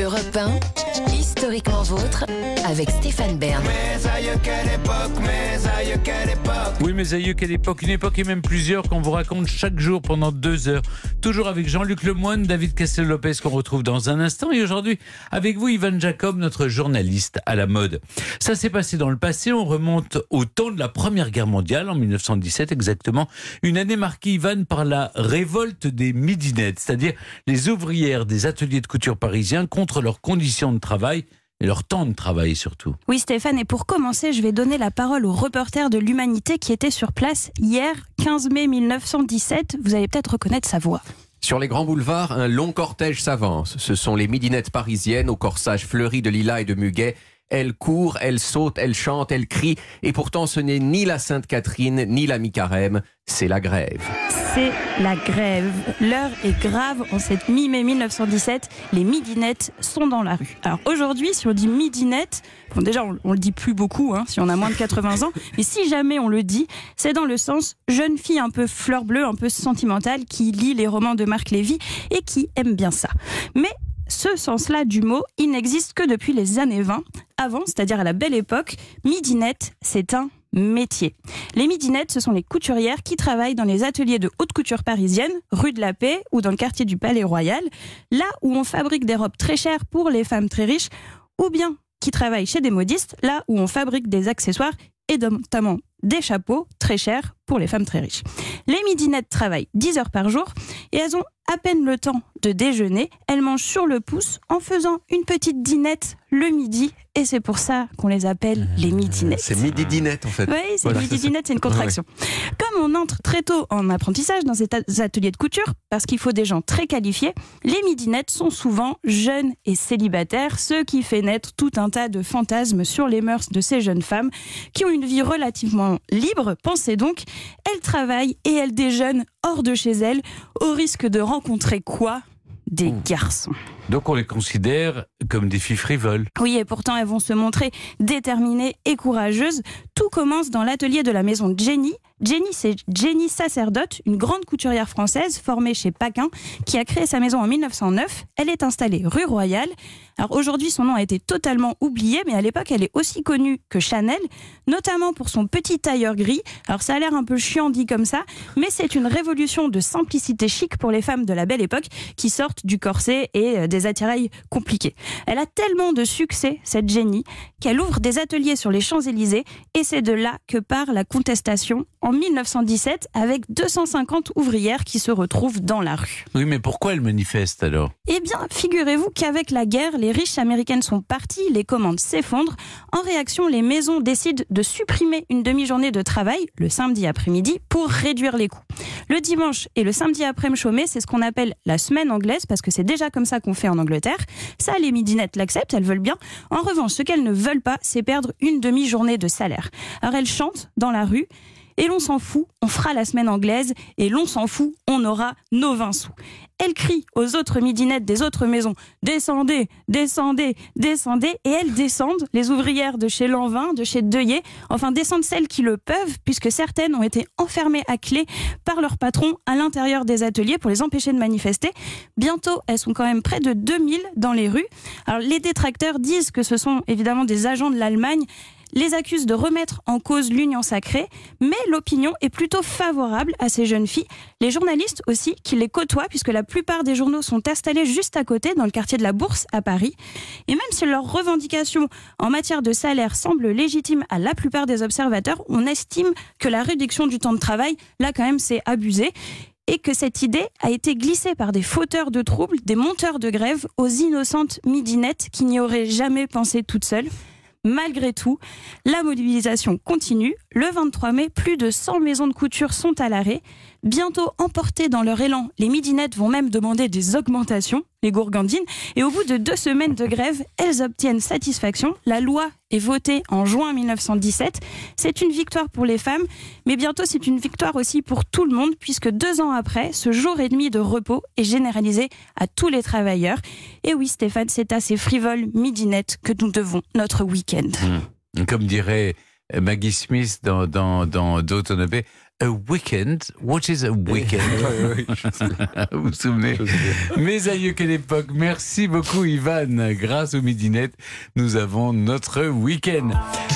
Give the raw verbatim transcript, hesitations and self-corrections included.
Europe un, historiquement vôtre, avec Stéphane Bern. Mes aïeux, quelle époque, mes aïeux, quelle époque. Oui, mes aïeux, quelle époque, une époque et même plusieurs qu'on vous raconte chaque jour pendant deux heures. Toujours avec Jean-Luc Lemoyne, David Castel-Lopez qu'on retrouve dans un instant. Et aujourd'hui, avec vous, Ivan Jacob, notre journaliste à la mode. Ça s'est passé dans le passé, on remonte au temps de la Première Guerre mondiale, en mille neuf cent dix-sept exactement. Une année marquée, Ivan, par la révolte des midinettes, c'est-à-dire les ouvrières des ateliers de couture parisiens contre leurs conditions de travail et leur temps de travail surtout. Oui Stéphane, et pour commencer, je vais donner la parole au reporter de l'Humanité qui était sur place hier, quinze mai mille neuf cent dix-sept. Vous allez peut-être reconnaître sa voix. Sur les grands boulevards, un long cortège s'avance. Ce sont les midinettes parisiennes au corsage fleuri de lilas et de muguet. Elles courent, elles sautent, elles chantent, elles crient. Et pourtant, ce n'est ni la Sainte-Catherine, ni la mi-carême. C'est la grève. C'est la grève. L'heure est grave. En cette mi-mai mille neuf cent dix-sept, les midinettes sont dans la rue. Alors aujourd'hui, si on dit midinette, bon déjà on, on le dit plus beaucoup, hein, si on a moins de quatre-vingts ans, mais si jamais on le dit, c'est dans le sens jeune fille un peu fleur bleue, un peu sentimentale, qui lit les romans de Marc Lévy et qui aime bien ça. Mais ce sens-là du mot, il n'existe que depuis les années vingt. Avant, c'est-à-dire à la belle époque, midinette, c'est un métier. Les midinettes, ce sont les couturières qui travaillent dans les ateliers de haute couture parisienne, rue de la Paix ou dans le quartier du Palais Royal, là où on fabrique des robes très chères pour les femmes très riches, ou bien qui travaillent chez des modistes, là où on fabrique des accessoires et notamment des chapeaux très chers pour les femmes très riches. Les midinettes travaillent dix heures par jour et elles ont à peine le temps de déjeuner. Elles mangent sur le pouce en faisant une petite dînette le midi et c'est pour ça qu'on les appelle les midinettes. C'est midi-dinette en fait. Oui, c'est voilà, midi-dinette, c'est une contraction. Ouais. Comme on entre très tôt en apprentissage dans ces ateliers de couture, parce qu'il faut des gens très qualifiés, les midinettes sont souvent jeunes et célibataires, ce qui fait naître tout un tas de fantasmes sur les mœurs de ces jeunes femmes qui ont une vie relativement libre. Pensez donc, elles travaillent et elles déjeunent hors de chez elles, au risque de rencontrer quoi ? Des garçons. Donc on les considère comme des filles frivoles. Oui, et pourtant elles vont se montrer déterminées et courageuses. Tout commence dans l'atelier de la maison Jenny. Jenny, c'est Jenny Sacerdote, une grande couturière française formée chez Paquin, qui a créé sa maison en mille neuf cent neuf. Elle est installée rue Royale. Alors aujourd'hui, son nom a été totalement oublié, mais à l'époque, elle est aussi connue que Chanel, notamment pour son petit tailleur gris. Alors ça a l'air un peu chiant dit comme ça, mais c'est une révolution de simplicité chic pour les femmes de la belle époque qui sortent du corset et des attirails compliqués. Elle a tellement de succès, cette Jenny, qu'elle ouvre des ateliers sur les Champs-Élysées et c'est de là que part la contestation en mille neuf cent dix-sept avec deux cent cinquante ouvrières qui se retrouvent dans la rue. Oui, mais pourquoi elles manifestent alors ? Eh bien, figurez-vous qu'avec la guerre, les riches américaines sont parties, les commandes s'effondrent. En réaction, les maisons décident de supprimer une demi-journée de travail, le samedi après-midi, pour réduire les coûts. Le dimanche et le samedi après-midi chômé, c'est ce qu'on appelle la semaine anglaise, parce que c'est déjà comme ça qu'on fait en Angleterre. Ça, les midinettes l'acceptent, elles veulent bien. En revanche, ce qu'elles ne veulent pas, c'est perdre une demi-journée de salaire. Alors elles chantent dans la rue, et l'on s'en fout, on fera la semaine anglaise, et l'on s'en fout, on aura nos vingt sous. Elle crie aux autres midinettes des autres maisons « Descendez, descendez, descendez » et elles descendent, les ouvrières de chez Lanvin, de chez Deuillet, enfin descendent celles qui le peuvent, puisque certaines ont été enfermées à clé par leur patron à l'intérieur des ateliers pour les empêcher de manifester. Bientôt, elles sont quand même près de deux mille dans les rues. Alors les détracteurs disent que ce sont évidemment des agents de l'Allemagne, les accusent de remettre en cause l'union sacrée, mais l'opinion est plutôt favorable à ces jeunes filles. Les journalistes aussi, qui les côtoient, puisque la plupart des journaux sont installés juste à côté, dans le quartier de la Bourse, à Paris. Et même si leurs revendications en matière de salaire semblent légitimes à la plupart des observateurs, on estime que la réduction du temps de travail, là quand même, c'est abusé. Et que cette idée a été glissée par des fauteurs de troubles, des monteurs de grève, aux innocentes midinettes qui n'y auraient jamais pensé toutes seules. Malgré tout, la mobilisation continue. Le vingt-trois mai, plus de cent maisons de couture sont à l'arrêt. Bientôt emportées dans leur élan, les midinettes vont même demander des augmentations, les gourgandines. Et au bout de deux semaines de grève, elles obtiennent satisfaction. La loi est votée en juin mille neuf cent dix-sept. C'est une victoire pour les femmes, mais bientôt c'est une victoire aussi pour tout le monde, puisque deux ans après, ce jour et demi de repos est généralisé à tous les travailleurs. Et oui, Stéphane, c'est à ces frivoles midinettes que nous devons notre week-end. Mmh. Comme dirait Maggie Smith dans, dans, dans Downton Abbey, A weekend. What is a weekend? Vous vous souvenez? Mes aïeux, quelle époque. Merci beaucoup, Ivan. Grâce au Midinette, nous avons notre week-end.